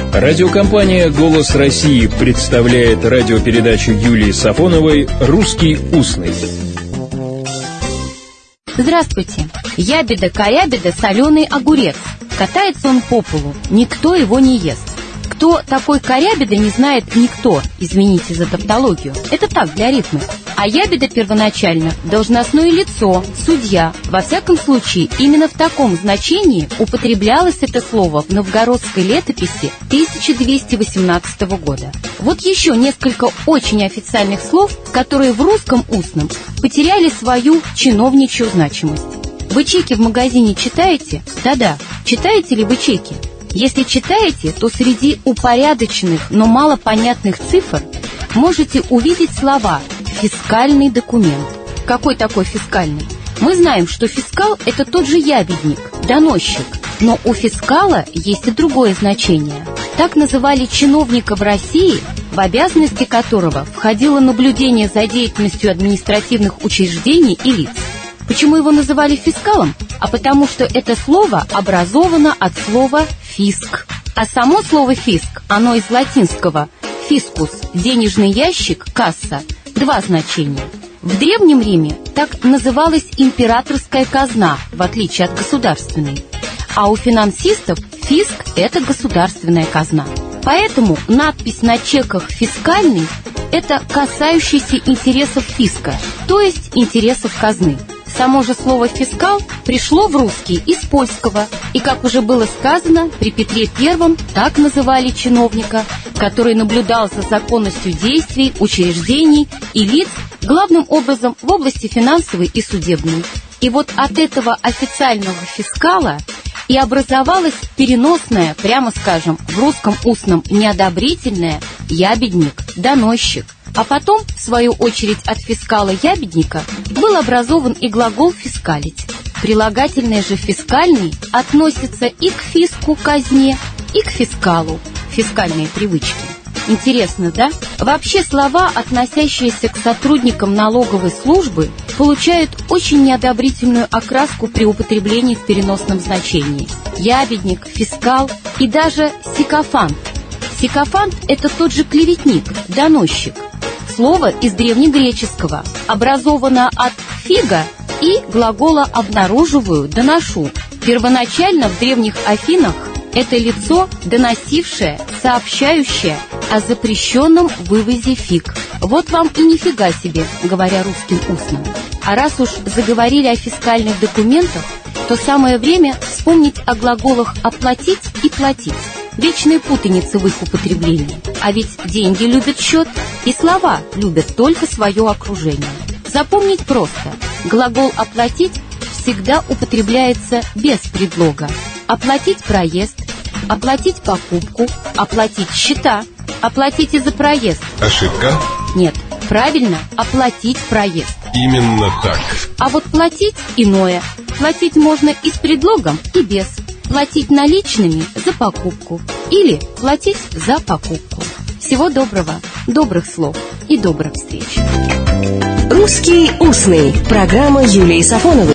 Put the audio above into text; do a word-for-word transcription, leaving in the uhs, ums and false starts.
Радиокомпания «Голос России» представляет радиопередачу Юлии Сафоновой «Русский устный». Здравствуйте. Ябеда-корябеда соленый огурец. Катается он по полу, никто его не ест. Кто такой корябеда, не знает никто, извините за тавтологию. Это так, для рифмы. А ябеда первоначально должностное лицо, судья. Во всяком случае, именно в таком значении употреблялось это слово в новгородской летописи тысяча двести восемнадцатого года. Вот еще несколько очень официальных слов, которые в русском устном потеряли свою чиновничью значимость. Вы чеки в магазине читаете? Да-да. Читаете ли вы чеки? Если читаете, то среди упорядоченных, но малопонятных цифр можете увидеть слова «фискальный документ». Какой такой фискальный? Мы знаем, что фискал – это тот же ябедник, доносчик. Но у фискала есть и другое значение. Так называли чиновника в России, в обязанности которого входило наблюдение за деятельностью административных учреждений и лиц. Почему его называли фискалом? А потому что это слово образовано от слова «фиск». А само слово «фиск», оно из латинского «фискус» – денежный ящик, касса, два значения. В Древнем Риме так называлась императорская казна, в отличие от государственной. А у финансистов фиск – это государственная казна. Поэтому надпись на чеках «фискальный» – это касающийся интересов фиска, то есть интересов казны. Само же слово «фискал» пришло в русский из польского, и, как уже было сказано, при Петре Первом так называли чиновника, который наблюдал за законностью действий, учреждений и лиц, главным образом в области финансовой и судебной. И вот от этого официального фискала и образовалось переносное, прямо скажем, в русском устном неодобрительное ябедник, доносчик. А потом, в свою очередь, от фискала-ябедника был образован и глагол «фискалить». Прилагательное же «фискальный» относится и к фиску, казне, и к фискалу, фискальные привычки. Интересно, да? Вообще слова, относящиеся к сотрудникам налоговой службы, получают очень неодобрительную окраску при употреблении в переносном значении. Ябедник, фискал и даже сикофант. Сикофант – это тот же клеветник, доносчик. Слово из древнегреческого, образовано от «фига» и глагола «обнаруживаю», «доношу». Первоначально в древних Афинах это лицо, доносившее, сообщающее о запрещенном вывозе фиг. Вот вам и нифига себе, говоря русским устным. А раз уж заговорили о фискальных документах, то самое время вспомнить о глаголах «оплатить» и «платить». Вечная путаница в их употреблении. А ведь деньги любят счет, и слова любят только свое окружение. Запомнить просто. Глагол «оплатить» всегда употребляется без предлога. Оплатить проезд, оплатить покупку, оплатить счета, оплатите за проезд. Ошибка? Нет, правильно, оплатить проезд. Именно так. А вот платить иное. Платить можно и с предлогом, и без. Платить наличными за покупку или платить за покупку. Всего доброго, добрых слов и добрых встреч. «Русский устный». Программа Юлии Сафоновой.